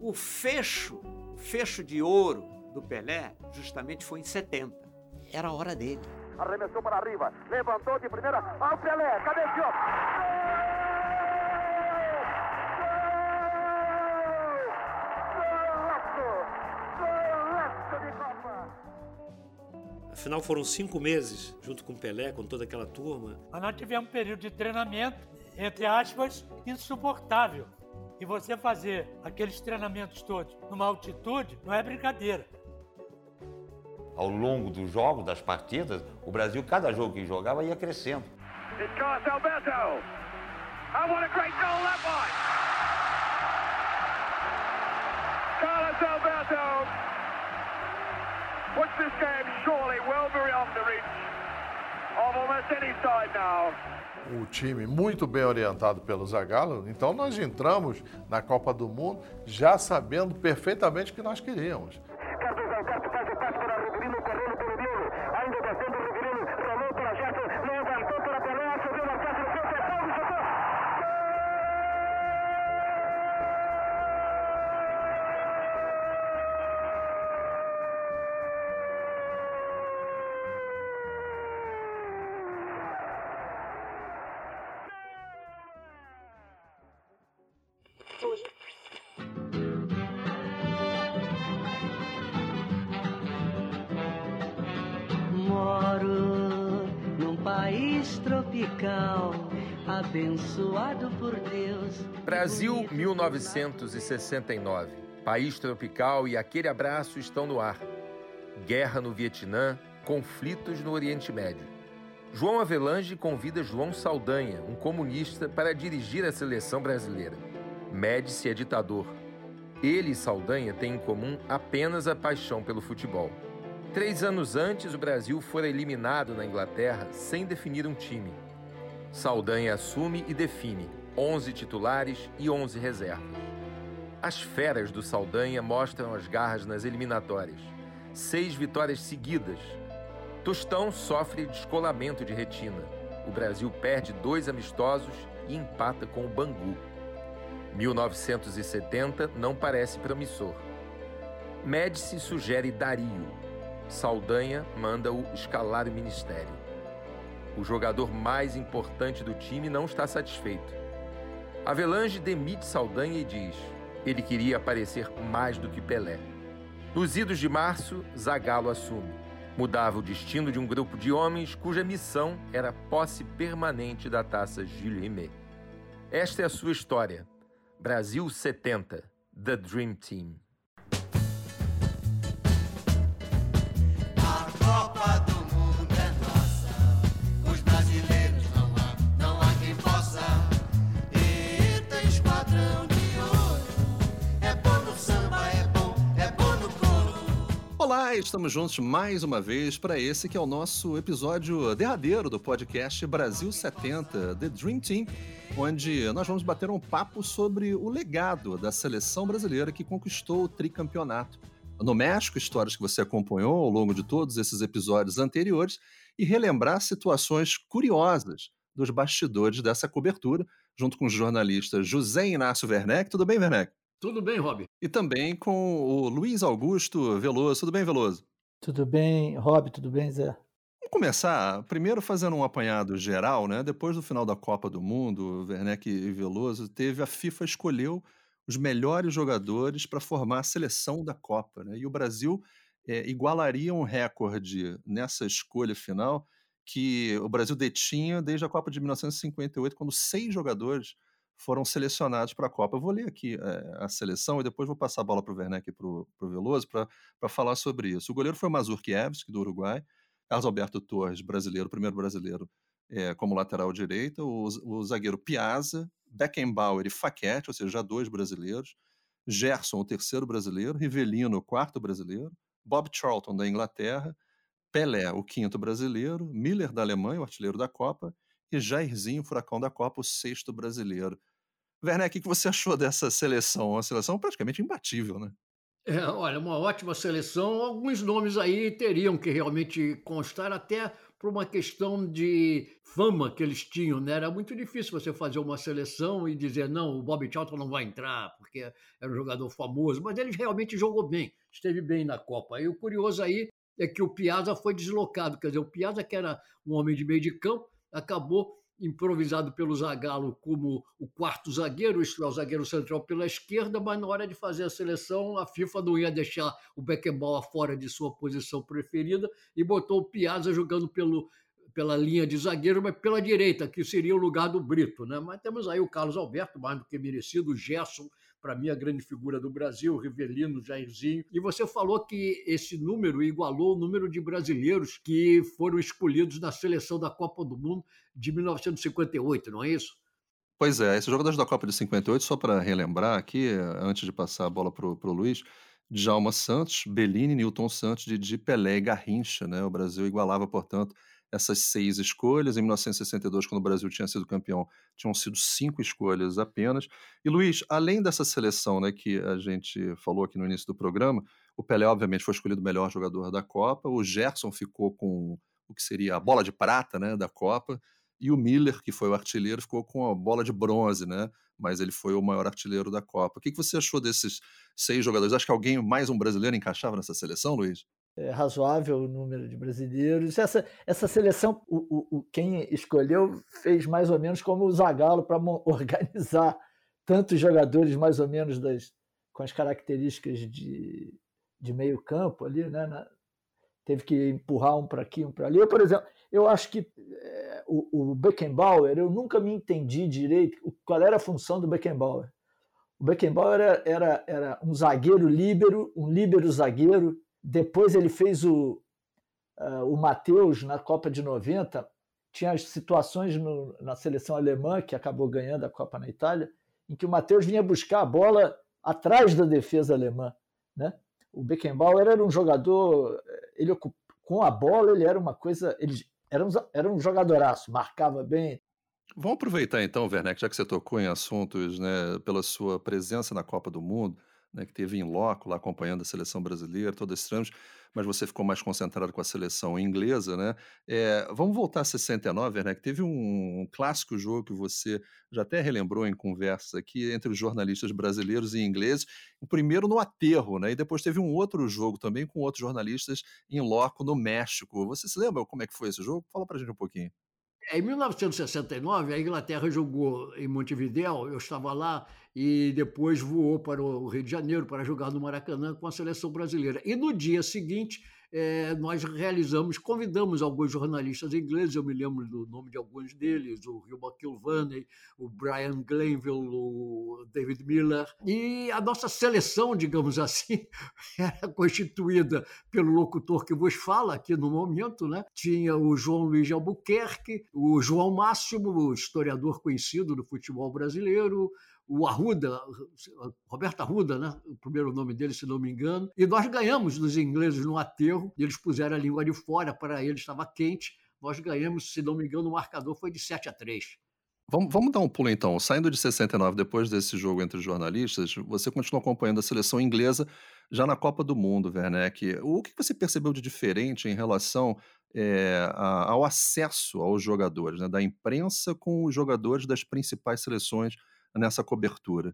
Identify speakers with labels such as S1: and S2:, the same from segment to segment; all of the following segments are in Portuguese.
S1: O fecho de ouro do Pelé justamente foi em 70. Era a hora dele.
S2: Arremessou para arriba, levantou de primeira, ao Pelé, cabeceou. Golaço de Copa.
S3: Afinal, foram 5 meses, junto com o Pelé, com toda aquela turma.
S4: Mas nós tivemos um período de treinamento, entre aspas, insuportável. E você fazer aqueles treinamentos todos numa altitude não é brincadeira.
S5: Ao longo dos jogos, das partidas, o Brasil, cada jogo que jogava, ia crescendo.
S2: It's Carlos Alberto. Oh, what a great goal that was! Carlos Alberto puts this game surely well beyond the reach of almost any side now.
S6: O time muito bem orientado pelo Zagallo, então nós entramos na Copa do Mundo já sabendo perfeitamente o que nós queríamos.
S2: Carlos Alberto faz o passe para Riverino, correndo pelo meio, ainda descendo o Riverino, rolou para Gerson, levantou para Pelé, subiu na casa do seu Paulo e chutou.
S7: Moro num país tropical, abençoado por Deus.
S8: Brasil, 1969. País tropical e aquele abraço estão no ar. Guerra no Vietnã, conflitos no Oriente Médio. João Avelange convida João Saldanha, um comunista, para dirigir a seleção brasileira. Médici é ditador. Ele e Saldanha têm em comum apenas a paixão pelo futebol. 3 anos antes, o Brasil fora eliminado na Inglaterra sem definir um time. Saldanha assume e define 11 titulares e 11 reservas. As feras do Saldanha mostram as garras nas eliminatórias. 6 vitórias seguidas. Tostão sofre descolamento de retina. O Brasil perde 2 amistosos e empata com o Bangu. 1970 não parece promissor. Médici sugere Dario. Saldanha manda-o escalar o ministério. O jogador mais importante do time não está satisfeito. Avelange demite Saldanha e diz: ele queria aparecer mais do que Pelé. Nos idos de março, Zagallo assume. Mudava o destino de um grupo de homens cuja missão era a posse permanente da taça Jules Rimet. Esta é a sua história. Brasil 70, The Dream Team.
S9: Olá, estamos juntos mais uma vez para esse que é o nosso episódio derradeiro do podcast Brasil 70, The Dream Team, onde nós vamos bater um papo sobre o legado da seleção brasileira que conquistou o tricampeonato no México, histórias que você acompanhou ao longo de todos esses episódios anteriores, e relembrar situações curiosas dos bastidores dessa cobertura, junto com o jornalista José Inácio Werneck. Tudo bem, Werneck?
S10: Tudo bem, Rob.
S9: E também com o Luiz Augusto Veloso. Tudo bem, Veloso?
S11: Tudo bem, Rob, tudo bem, Zé?
S9: Vamos começar primeiro fazendo um apanhado geral, né? Depois do final da Copa do Mundo, Werneck e Veloso, a FIFA escolheu os melhores jogadores para formar a seleção da Copa, né? E o Brasil igualaria um recorde nessa escolha final que o Brasil detinha desde a Copa de 1958, quando 6 jogadores foram selecionados para a Copa. Eu vou ler aqui a seleção e depois vou passar a bola para o Werneck e para o Veloso para falar sobre isso. O goleiro foi o Mazurkiewicz, do Uruguai. Carlos Alberto Torres, brasileiro, primeiro brasileiro como lateral direito. O zagueiro Piazza, Beckenbauer e Facchetti, ou seja, já 2 brasileiros. Gerson, o terceiro brasileiro. Rivelino, o quarto brasileiro. Bob Charlton, da Inglaterra. Pelé, o quinto brasileiro. Miller, da Alemanha, o artilheiro da Copa. E Jairzinho, furacão da Copa, o 6º brasileiro. Werneck, o que você achou dessa seleção? Uma seleção praticamente imbatível, né?
S10: Olha, uma ótima seleção. Alguns nomes aí teriam que realmente constar, até por uma questão de fama que eles tinham, né? Era muito difícil você fazer uma seleção e dizer, não, o Bobby Charlton não vai entrar, porque era um jogador famoso, mas ele realmente jogou bem, esteve bem na Copa. E o curioso aí é que o Piazza foi deslocado, quer dizer, o Piazza, que era um homem de meio de campo, acabou improvisado pelo Zagallo como o quarto zagueiro, isto é, o zagueiro central pela esquerda, mas na hora de fazer a seleção, a FIFA não ia deixar o Beckenbauer fora de sua posição preferida e botou o Piazza jogando pela linha de zagueiro, mas pela direita, que seria o lugar do Brito, né? Mas temos aí o Carlos Alberto, mais do que merecido, o Gerson, para mim a grande figura do Brasil, o Rivelino, o Jairzinho. E você falou que esse número igualou o número de brasileiros que foram escolhidos na seleção da Copa do Mundo de 1958, não é isso?
S9: Pois é, esses jogadores da Copa de 58, só para relembrar aqui, antes de passar a bola para o Luiz, Djalma Santos, Bellini, Nilton Santos, Didi, Pelé e Garrincha, né? O Brasil igualava, portanto, essas 6 escolhas. Em 1962, quando o Brasil tinha sido campeão, tinham sido 5 escolhas apenas. E, Luiz, além dessa seleção, né, que a gente falou aqui no início do programa, o Pelé, obviamente, foi escolhido o melhor jogador da Copa, o Gerson ficou com o que seria a bola de prata, né, da Copa, e o Miller, que foi o artilheiro, ficou com a bola de bronze, né? Mas ele foi o maior artilheiro da Copa. O que você achou desses 6 jogadores? Acho que alguém, mais um brasileiro, encaixava nessa seleção, Luiz?
S11: É razoável o número de brasileiros. Essa seleção, quem escolheu fez mais ou menos como o Zagallo para organizar tantos jogadores mais ou menos com as características de meio campo ali, né? Teve que empurrar um para aqui, um para ali. Eu, por exemplo, eu acho que o Beckenbauer, eu nunca me entendi direito qual era a função do Beckenbauer. O Beckenbauer era um zagueiro líbero, um líbero zagueiro. Depois ele fez o Matheus na Copa de 90. Tinha as situações na seleção alemã, que acabou ganhando a Copa na Itália, em que o Matheus vinha buscar a bola atrás da defesa alemã, né? O Beckenbauer era um jogador, com a bola ele era uma coisa, ele era um jogadoraço, marcava bem.
S9: Vamos aproveitar então, Werneck, já que você tocou em assuntos, né, pela sua presença na Copa do Mundo, né, que teve em loco lá acompanhando a seleção brasileira, todos esses trâmites, mas você ficou mais concentrado com a seleção inglesa, né? Vamos voltar a 69, Werneck, teve um clássico jogo que você já até relembrou em conversas aqui entre os jornalistas brasileiros e ingleses, o primeiro no aterro, né? E depois teve um outro jogo também com outros jornalistas em loco no México. Você se lembra como é que foi esse jogo? Fala pra gente um pouquinho.
S10: Em 1969, a Inglaterra jogou em Montevidéu, eu estava lá, e depois voou para o Rio de Janeiro para jogar no Maracanã com a seleção brasileira. E no dia seguinte, nós convidamos alguns jornalistas ingleses, eu me lembro do nome de alguns deles, o Hugh McIlvanney, o Brian Glanville, o David Miller, e a nossa seleção, digamos assim, era constituída pelo locutor que vos fala aqui no momento, né? Tinha o João Luiz de Albuquerque, o João Máximo, o historiador conhecido do futebol brasileiro, o Arruda, Roberto Arruda, né? O primeiro nome dele, se não me engano, e nós ganhamos dos ingleses no aterro, eles puseram a língua de fora, para eles estava quente, nós ganhamos, se não me engano, o marcador foi de 7-3.
S9: Vamos dar um pulo então. Saindo de 69, depois desse jogo entre os jornalistas, você continuou acompanhando a seleção inglesa já na Copa do Mundo, Werneck. O que você percebeu de diferente em relação ao acesso aos jogadores, né, da imprensa com os jogadores das principais seleções nessa cobertura?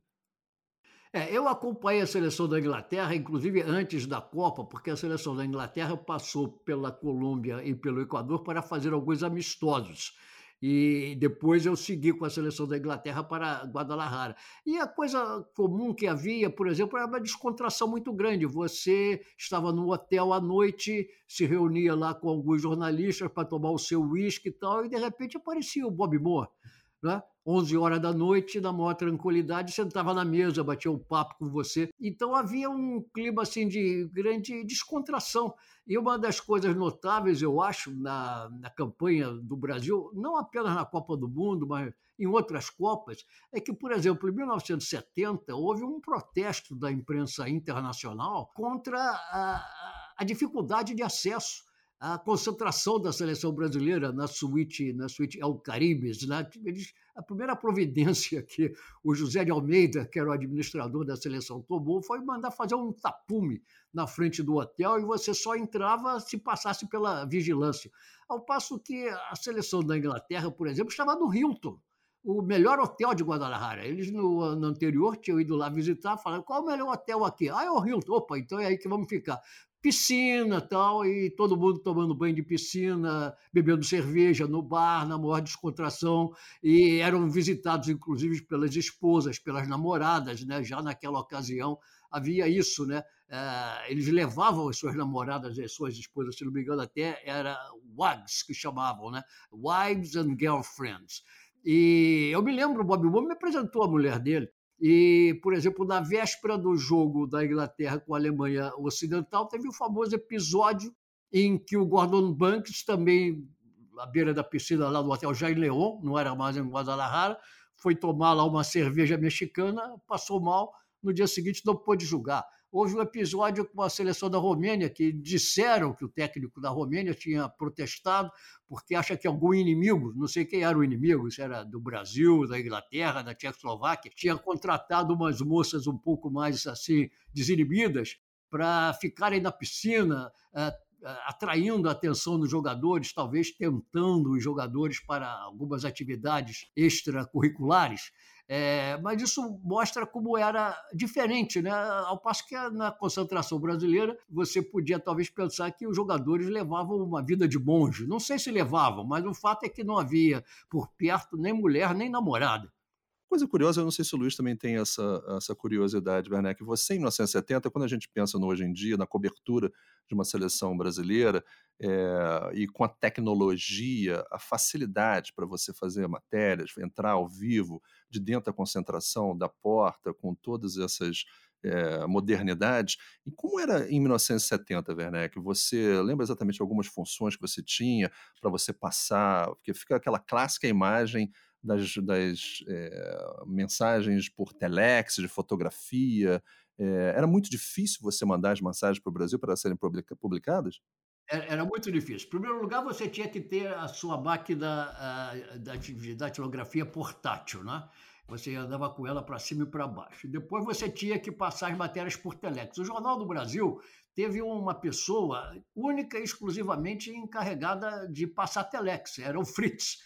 S10: Eu acompanhei a seleção da Inglaterra, inclusive antes da Copa, porque a seleção da Inglaterra passou pela Colômbia e pelo Equador para fazer alguns amistosos. E depois eu segui com a seleção da Inglaterra para Guadalajara. E a coisa comum que havia, por exemplo, era uma descontração muito grande. Você estava no hotel à noite, se reunia lá com alguns jornalistas para tomar o seu uísque e tal, e de repente aparecia o Bobby Moore, né? 11 horas da noite, na maior tranquilidade, sentava na mesa, batia um papo com você. Então havia um clima assim, de grande descontração. E uma das coisas notáveis, eu acho, na campanha do Brasil, não apenas na Copa do Mundo, mas em outras Copas, é que, por exemplo, em 1970, houve um protesto da imprensa internacional contra a dificuldade de acesso a concentração da seleção brasileira na suíte El Caribes, né? A primeira providência que o José de Almeida, que era o administrador da seleção, tomou foi mandar fazer um tapume na frente do hotel e você só entrava se passasse pela vigilância. Ao passo que a seleção da Inglaterra, por exemplo, estava no Hilton, o melhor hotel de Guadalajara. Eles, no ano anterior, tinham ido lá visitar, falaram, qual é o melhor hotel aqui? É o Hilton. Opa, então é aí que vamos ficar. Piscina tal, e todo mundo tomando banho de piscina, bebendo cerveja no bar, na maior descontração, e eram visitados, inclusive, pelas esposas, pelas namoradas, né? Já naquela ocasião havia isso, né? Eles levavam as suas namoradas, as suas esposas, se não me engano, até era WAGs, que chamavam, né? Wives and Girlfriends. E eu me lembro, o Bob Moore me apresentou a mulher dele, e, por exemplo, na véspera do jogo da Inglaterra com a Alemanha Ocidental, teve o famoso episódio em que o Gordon Banks, também à beira da piscina lá do Hotel Jair León, não era mais em Guadalajara, foi tomar lá uma cerveja mexicana, passou mal, no dia seguinte não pôde jogar. Houve um episódio com a seleção da Romênia, que disseram que o técnico da Romênia tinha protestado porque acha que algum inimigo, não sei quem era o inimigo, se era do Brasil, da Inglaterra, da Tchecoslováquia, tinha contratado umas moças um pouco mais assim desinibidas para ficarem na piscina, atraindo a atenção dos jogadores, talvez tentando os jogadores para algumas atividades extracurriculares. Mas isso mostra como era diferente, né? Ao passo que na concentração brasileira você podia talvez pensar que os jogadores levavam uma vida de monge. Não sei se levavam, mas o fato é que não havia por perto nem mulher nem namorada.
S9: Coisa curiosa, eu não sei se o Luiz também tem essa curiosidade, Werneck. Você, em 1970, quando a gente pensa no hoje em dia, na cobertura de uma seleção brasileira, e com a tecnologia, a facilidade para você fazer matérias, entrar ao vivo, de dentro da concentração, da porta, com todas essas modernidades. E como era em 1970, Werneck? Você lembra exatamente algumas funções que você tinha para você passar? Porque fica aquela clássica imagem das mensagens por telex, de fotografia. Era muito difícil você mandar as mensagens para o Brasil para serem publicadas?
S10: Era muito difícil. Em primeiro lugar, você tinha que ter a sua máquina da datilografia portátil, né? Você andava com ela para cima e para baixo. Depois você tinha que passar as matérias por telex. O Jornal do Brasil teve uma pessoa única e exclusivamente encarregada de passar telex, era o Fritz.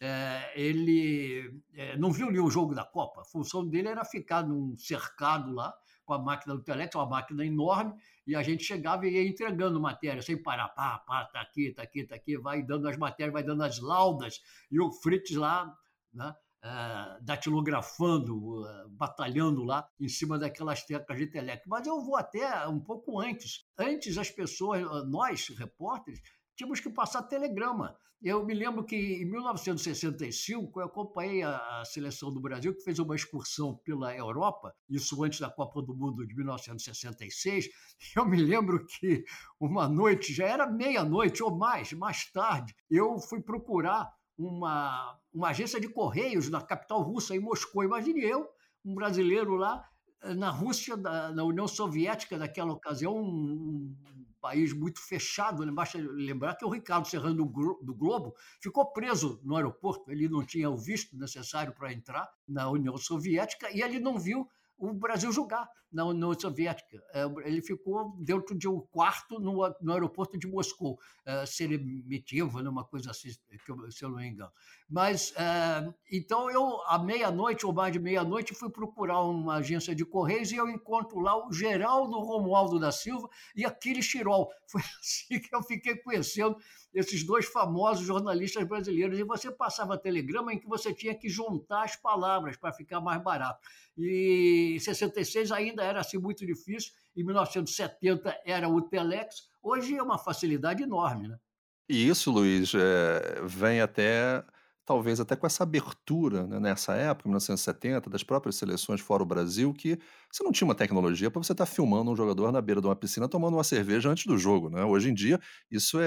S10: Ele não viu nenhum jogo da Copa. A função dele era ficar num cercado lá com a máquina do telex, uma máquina enorme, e a gente chegava e ia entregando matéria sem parar. Pá, tá aqui, vai dando as matérias, vai dando as laudas, e o Fritz lá, né, datilografando, batalhando lá em cima daquelas teclas de telex. Mas eu vou até um pouco antes. Antes as pessoas, nós, repórteres, tínhamos que passar telegrama. Eu me lembro que em 1965 eu acompanhei a seleção do Brasil, que fez uma excursão pela Europa, isso antes da Copa do Mundo de 1966. Eu me lembro que uma noite, já era meia-noite ou mais tarde, eu fui procurar uma agência de correios na capital russa, em Moscou. Imagine eu, um brasileiro lá, na Rússia, na União Soviética, naquela ocasião, um país muito fechado, né? Basta lembrar que o Ricardo Serrano do Globo ficou preso no aeroporto, ele não tinha o visto necessário para entrar na União Soviética e ele não viu o Brasil jogar na União Soviética. Ele ficou dentro de um quarto no aeroporto de Moscou, Sheremetyevo, uma coisa assim, se eu não me engano. Mas, então, eu, à meia-noite ou mais de meia-noite, fui procurar uma agência de correios e eu encontro lá o Geraldo Romualdo da Silva e Aquiles Tirol. Foi assim que eu fiquei conhecendo esses dois famosos jornalistas brasileiros. E você passava telegrama em que você tinha que juntar as palavras para ficar mais barato. E em 66 ainda era assim muito difícil, em 1970 era o telex, hoje é uma facilidade enorme, né?
S9: E isso, Luiz, vem talvez até com essa abertura, né, nessa época, 1970, das próprias seleções fora o Brasil, que você não tinha uma tecnologia para você estar filmando um jogador na beira de uma piscina tomando uma cerveja antes do jogo, né? Hoje em dia, isso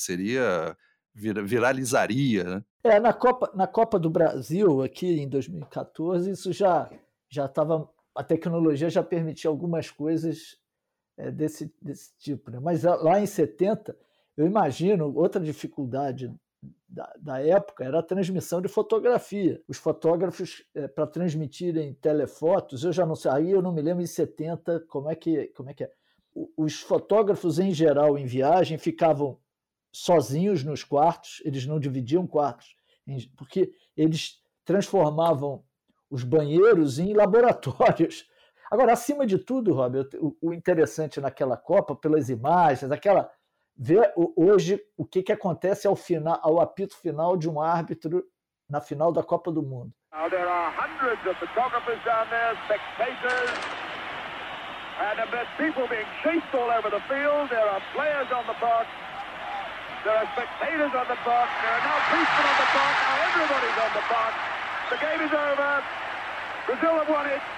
S9: viralizaria, né?
S11: Na Copa do Brasil, aqui em 2014, isso já estava, a tecnologia já permitia algumas coisas desse tipo, né? Mas lá em 70, Eu imagino, outra dificuldade da época era a transmissão de fotografia. Os fotógrafos, para transmitirem telefotos, eu já não sei, aí eu não me lembro em 70 como é que é. Os fotógrafos, em geral, em viagem, ficavam sozinhos nos quartos, eles não dividiam quartos, porque eles transformavam os banheiros em laboratórios. Agora, acima de tudo, Robert, o interessante naquela Copa, pelas imagens, ver hoje o que acontece ao apito final de um árbitro na final da Copa do Mundo.
S2: Now there are hundreds of photographers down there, spectators, and there's people being chased all over the field. There are players on the box. There are spectators on the box. There are now policemen on the box. Now everybody's on the box. The game is over. Brazil have won it.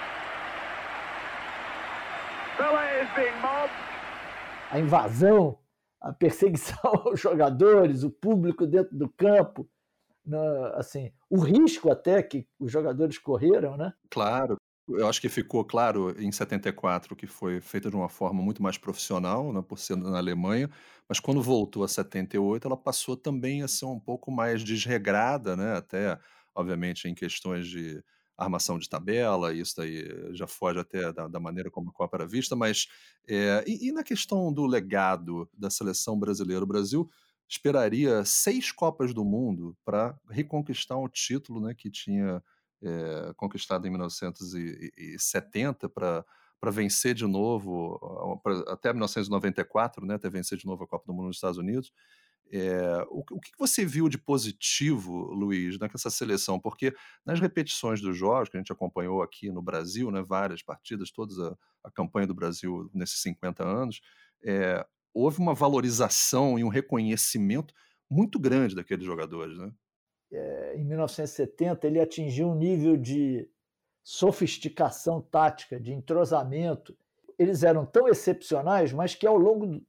S2: Pelé is being mobbed.
S11: A invasão, a perseguição aos jogadores, o público dentro do campo, assim, o risco até que os jogadores correram, né?
S9: Claro. Eu acho que ficou claro em 74 que foi feita de uma forma muito mais profissional, né, por ser na Alemanha, mas quando voltou a 78, ela passou também a ser um pouco mais desregrada, né, até, obviamente, em questões de armação de tabela, isso daí já foge até da maneira como a Copa era vista, mas e na questão do legado da seleção brasileira, o Brasil esperaria 6 Copas do Mundo para reconquistar um título, né, que tinha conquistado em 1970 para vencer de novo, até 1994, né, até vencer de novo a Copa do Mundo nos Estados Unidos. O que você viu de positivo, Luiz, nessa seleção? Porque nas repetições dos jogos que a gente acompanhou aqui no Brasil, né, várias partidas, toda a campanha do Brasil nesses 50 anos, houve uma valorização e um reconhecimento muito grande daqueles jogadores, né?
S11: Em 1970, ele atingiu um nível de sofisticação tática, de entrosamento. Eles eram tão excepcionais, mas que ao longo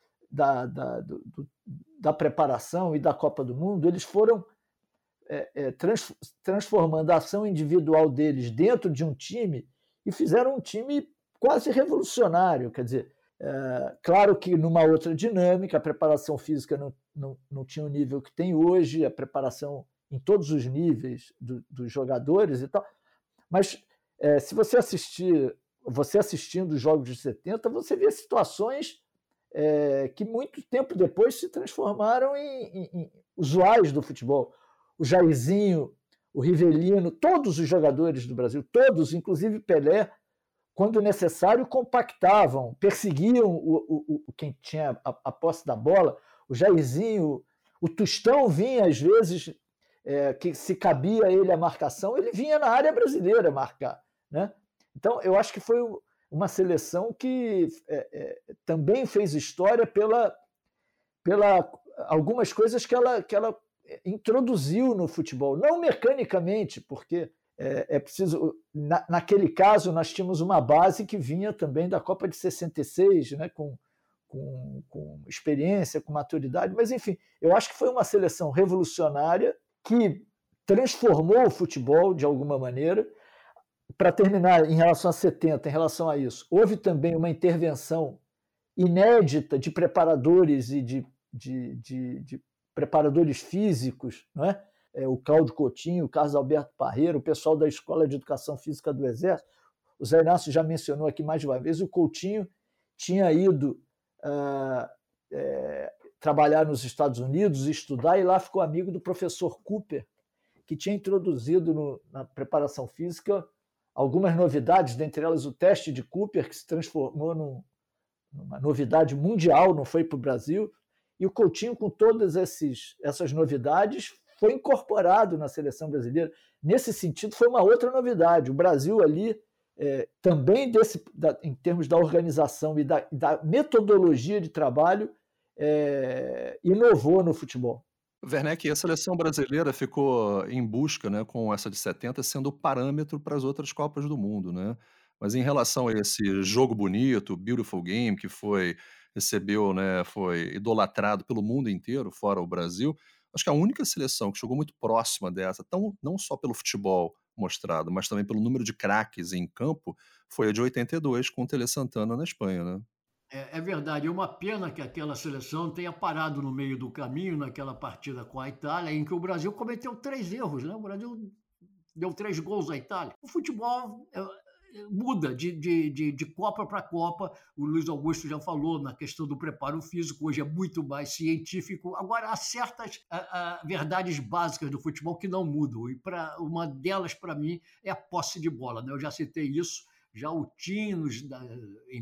S11: da preparação e da Copa do Mundo, eles foram transformando a ação individual deles dentro de um time e fizeram um time quase revolucionário. Quer dizer, claro que numa outra dinâmica, a preparação física não tinha o nível que tem hoje, a preparação em todos os níveis dos jogadores e tal, mas se você assistindo os jogos de 70, você vê situações que muito tempo depois se transformaram em usuais do futebol. O Jairzinho, o Rivelino, todos os jogadores do Brasil, todos, inclusive Pelé, quando necessário, compactavam, perseguiam quem tinha a posse da bola. O Jairzinho, o Tostão vinha às vezes, que se cabia a ele a marcação, ele vinha na área brasileira marcar, né? Então, eu acho que foi uma seleção que também fez história pela algumas coisas que ela introduziu no futebol, não mecanicamente, porque é preciso. Naquele caso, nós tínhamos uma base que vinha também da Copa de 66, né, com experiência, com maturidade, mas, enfim, eu acho que foi uma seleção revolucionária que transformou o futebol de alguma maneira. Para terminar, em relação a 70, em relação a isso, houve também uma intervenção inédita de preparadores e de preparadores físicos, não é? O Cláudio Coutinho, o Carlos Alberto Parreira, o pessoal da Escola de Educação Física do Exército. O Zé Inácio já mencionou aqui mais de uma vez, o Coutinho tinha ido trabalhar nos Estados Unidos, estudar, e lá ficou amigo do professor Cooper, que tinha introduzido na preparação física algumas novidades, dentre elas o teste de Cooper, que se transformou numa novidade mundial, não foi para o Brasil, e o Coutinho, com todas essas novidades, foi incorporado na seleção brasileira. Nesse sentido, foi uma outra novidade. O Brasil ali, também em termos da organização e da metodologia de trabalho, inovou no futebol.
S9: Werneck, a seleção brasileira ficou em busca, né, com essa de 70 sendo o parâmetro para as outras Copas do Mundo, né? Mas em relação a esse jogo bonito, Beautiful Game, que recebeu, né, foi idolatrado pelo mundo inteiro, fora o Brasil, acho que a única seleção que chegou muito próxima dessa, não só pelo futebol mostrado, mas também pelo número de craques em campo, foi a de 82, com o Tele Santana na Espanha, né?
S10: É verdade, é uma pena que aquela seleção tenha parado no meio do caminho naquela partida com a Itália, em que o Brasil cometeu 3 erros, né? O Brasil deu 3 gols à Itália. O futebol muda de Copa para Copa. O Luiz Augusto já falou na questão do preparo físico, hoje é muito mais científico. Agora, há certas verdades básicas do futebol que não mudam, e uma delas, para mim, é a posse de bola, né? Eu já citei isso, já o Tino, em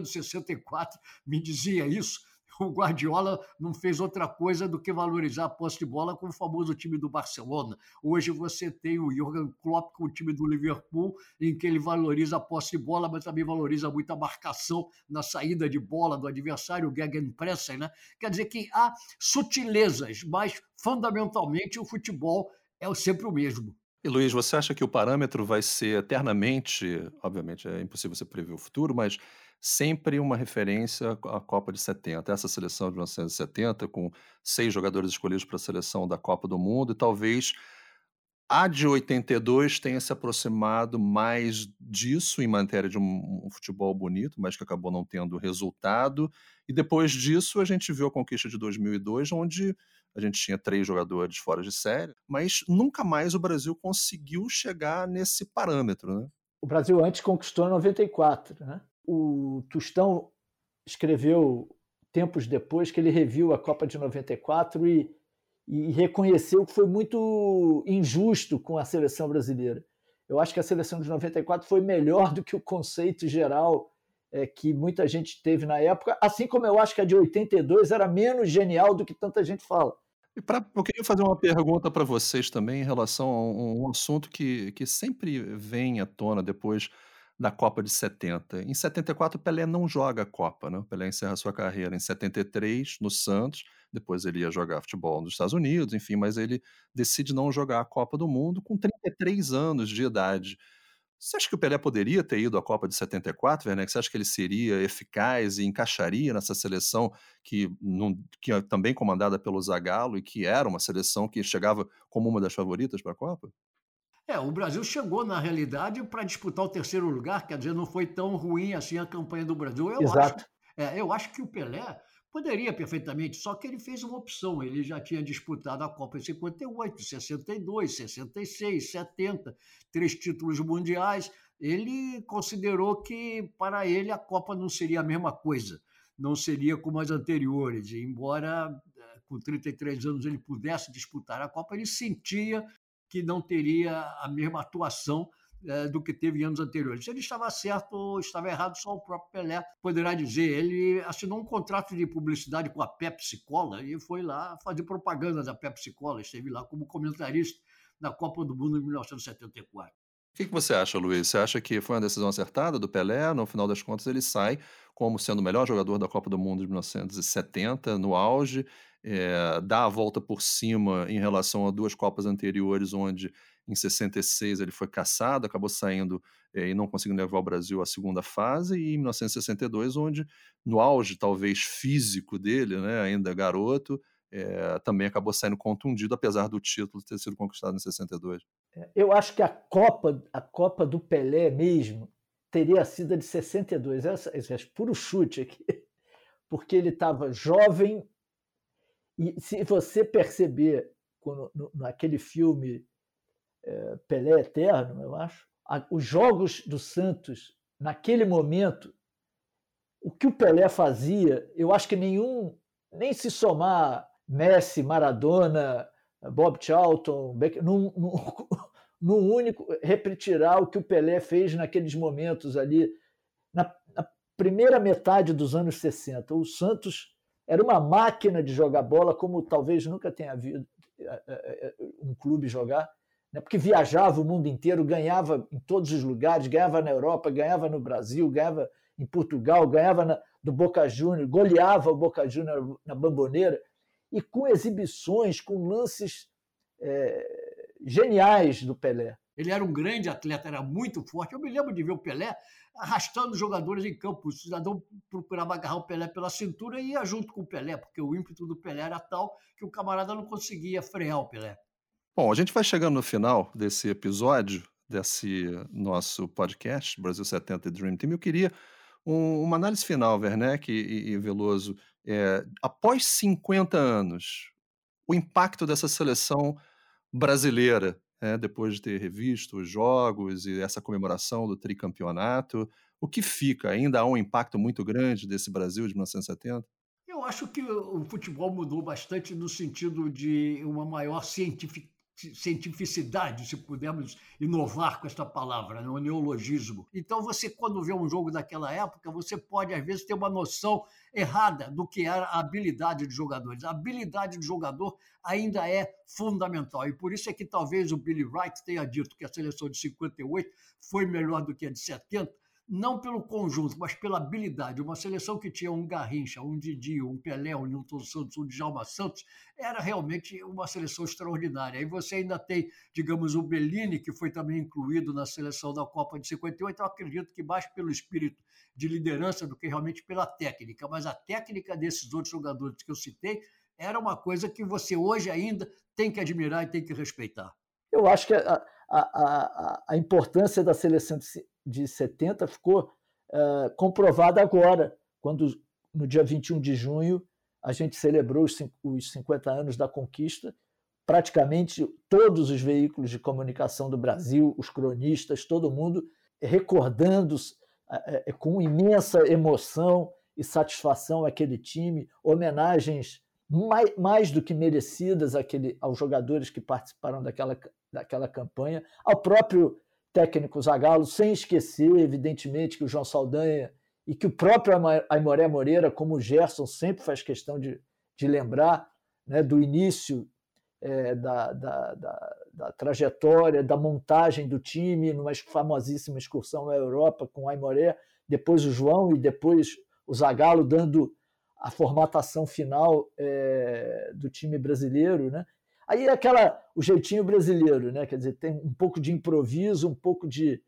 S10: 1964, me dizia isso. O Guardiola não fez outra coisa do que valorizar a posse de bola com o famoso time do Barcelona. Hoje você tem o Jürgen Klopp com o time do Liverpool, em que ele valoriza a posse de bola, mas também valoriza muito a marcação na saída de bola do adversário, o Gegenpressing, né? Quer dizer que há sutilezas, mas fundamentalmente o futebol é sempre o mesmo.
S9: E Luiz, você acha que o parâmetro vai ser eternamente, obviamente é impossível você prever o futuro, mas sempre uma referência à Copa de 70, essa seleção de 1970, com 6 jogadores escolhidos para a seleção da Copa do Mundo, e talvez a de 82 tenha se aproximado mais disso em matéria de um futebol bonito, mas que acabou não tendo resultado, e depois disso a gente viu a conquista de 2002, onde a gente tinha 3 jogadores fora de série, mas nunca mais o Brasil conseguiu chegar nesse parâmetro, né?
S11: O Brasil antes conquistou em 94, né? O Tostão escreveu tempos depois que ele reviu a Copa de 94 e reconheceu que foi muito injusto com a seleção brasileira. Eu acho que a seleção de 94 foi melhor do que o conceito geral que muita gente teve na época, assim como eu acho que a de 82 era menos genial do que tanta gente fala.
S9: Eu queria fazer uma pergunta para vocês também em relação a um assunto que sempre vem à tona depois da Copa de 70. Em 74, o Pelé não joga a Copa, né? O Pelé encerra sua carreira em 73, no Santos, depois ele ia jogar futebol nos Estados Unidos, enfim, mas ele decide não jogar a Copa do Mundo com 33 anos de idade. Você acha que o Pelé poderia ter ido à Copa de 74, Werneck? Você acha que ele seria eficaz e encaixaria nessa seleção que é também comandada pelo Zagallo e que era uma seleção que chegava como uma das favoritas para a Copa?
S10: O Brasil chegou, na realidade, para disputar o 3º lugar, quer dizer, não foi tão ruim assim a campanha do Brasil.
S11: Exato.
S10: Eu acho que o Pelé poderia perfeitamente, só que ele fez uma opção. Ele já tinha disputado a Copa em 58, 62, 66, 70, 3 títulos mundiais. Ele considerou que, para ele, a Copa não seria a mesma coisa, não seria como as anteriores. Embora com 33 anos ele pudesse disputar a Copa, ele sentia que não teria a mesma atuação do que teve em anos anteriores. Se ele estava certo ou estava errado, só o próprio Pelé poderá dizer. Ele assinou um contrato de publicidade com a Pepsi Cola e foi lá fazer propaganda da Pepsi Cola. Esteve lá como comentarista da Copa do Mundo em 1974.
S9: O que você acha, Luiz? Você acha que foi uma decisão acertada do Pelé? No final das contas, ele sai como sendo o melhor jogador da Copa do Mundo de 1970, no auge, dá a volta por cima em relação a 2 Copas anteriores, onde em 66 ele foi caçado, acabou saindo e não conseguindo levar o Brasil à segunda fase, e em 1962, onde no auge talvez físico dele, né, ainda garoto, também acabou saindo contundido, apesar do título ter sido conquistado em 62.
S11: Eu acho que a Copa do Pelé mesmo teria sido a de 62. Esse é puro chute aqui, porque ele estava jovem. E se você perceber naquele filme Pelé Eterno, eu acho, os jogos do Santos, naquele momento, o que o Pelé fazia, eu acho que nem se somar Messi, Maradona, Bob Charlton, num único, repetirá o que o Pelé fez naqueles momentos ali, na primeira metade dos anos 60. O Santos era uma máquina de jogar bola, como talvez nunca tenha havido um clube jogar, né? Porque viajava o mundo inteiro, ganhava em todos os lugares, ganhava na Europa, ganhava no Brasil, ganhava em Portugal, ganhava do Boca Juniors, goleava o Boca Juniors na Bombonera, e com exibições, com lances geniais do Pelé.
S10: Ele era um grande atleta, era muito forte. Eu me lembro de ver o Pelé arrastando jogadores em campo. O cidadão procurava agarrar o Pelé pela cintura e ia junto com o Pelé, porque o ímpeto do Pelé era tal que o camarada não conseguia frear o Pelé.
S9: Bom, a gente vai chegando no final desse episódio, desse nosso podcast, Brasil 70 Dream Team. Eu queria Uma análise final, Werneck e Veloso. Após 50 anos, o impacto dessa seleção brasileira, depois de ter revisto os jogos e essa comemoração do tricampeonato, o que fica? Ainda há um impacto muito grande desse Brasil de 1970?
S10: Eu acho que o futebol mudou bastante no sentido de uma maior cientificidade, se pudermos inovar com esta palavra, né? O neologismo. Então, você, quando vê um jogo daquela época, você pode, às vezes, ter uma noção errada do que era a habilidade dos jogadores. A habilidade do jogador ainda é fundamental. E por isso é que talvez o Billy Wright tenha dito que a seleção de 58 foi melhor do que a de 70, não pelo conjunto, mas pela habilidade. Uma seleção que tinha um Garrincha, um Didi, um Pelé, um Nilton Santos, um Djalma Santos, era realmente uma seleção extraordinária. Aí você ainda tem, digamos, o Bellini, que foi também incluído na seleção da Copa de 58. Eu acredito que mais pelo espírito de liderança do que realmente pela técnica. Mas a técnica desses outros jogadores que eu citei era uma coisa que você hoje ainda tem que admirar e tem que respeitar.
S11: Eu acho que a importância da seleção de 70 ficou comprovada agora, quando no dia 21 de junho a gente celebrou os 50 anos da conquista. Praticamente todos os veículos de comunicação do Brasil, os cronistas, todo mundo recordando com imensa emoção e satisfação aquele time, homenagens mais do que merecidas aos jogadores que participaram daquela campanha, ao próprio técnico Zagallo, sem esquecer, evidentemente, que o João Saldanha e que o próprio Aimoré Moreira, como o Gerson, sempre faz questão de lembrar, né, do início da trajetória, da montagem do time, numa famosíssima excursão à Europa com o Aimoré, depois o João e depois o Zagallo dando a formatação final do time brasileiro, né? Aí o jeitinho brasileiro, né? Quer dizer, tem um pouco de improviso, um pouco de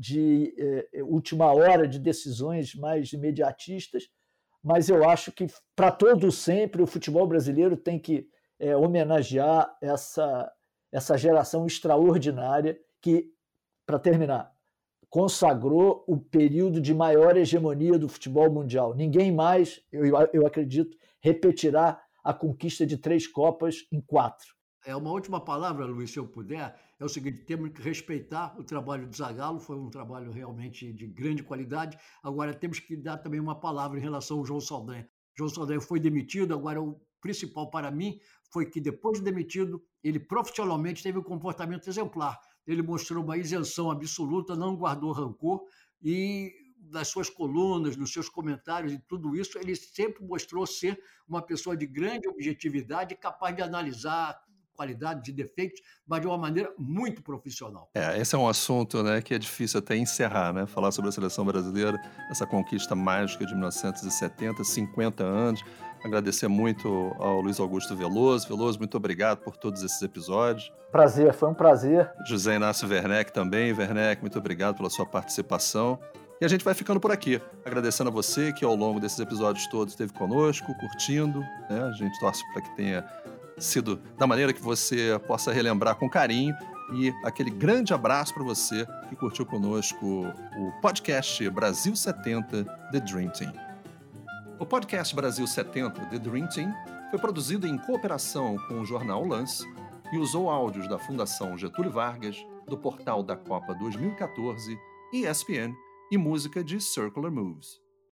S11: última hora, de decisões mais imediatistas, mas eu acho que, para todo sempre, o futebol brasileiro tem que homenagear essa geração extraordinária que, para terminar, consagrou o período de maior hegemonia do futebol mundial. Ninguém mais, eu acredito, repetirá a conquista de 3 Copas em 4.
S10: Uma última palavra, Luiz, se eu puder, é o seguinte: temos que respeitar o trabalho do Zagallo, foi um trabalho realmente de grande qualidade. Agora temos que dar também uma palavra em relação ao João Saldanha. João Saldanha foi demitido, agora o principal para mim foi que, depois de demitido, ele profissionalmente teve um comportamento exemplar. Ele mostrou uma isenção absoluta, não guardou rancor e, nas suas colunas, nos seus comentários e tudo isso, ele sempre mostrou ser uma pessoa de grande objetividade, capaz de analisar qualidades e defeitos, mas de uma maneira muito profissional.
S9: Esse é um assunto, né, que é difícil até encerrar, né? Falar sobre a seleção brasileira, essa conquista mágica de 1970, 50 anos. Agradecer muito ao Luiz Augusto Veloso. Veloso, muito obrigado por todos esses episódios.
S11: Prazer, foi um prazer.
S9: José Inácio Werneck também. Werneck, muito obrigado pela sua participação. E a gente vai ficando por aqui, agradecendo a você que ao longo desses episódios todos esteve conosco, curtindo, né? A gente torce para que tenha sido da maneira que você possa relembrar com carinho, e aquele grande abraço para você que curtiu conosco o podcast Brasil 70 The Dream Team. O podcast Brasil 70 The Dream Team foi produzido em cooperação com o jornal Lance e usou áudios da Fundação Getúlio Vargas, do portal da Copa 2014, ESPN e música de Circular Moves.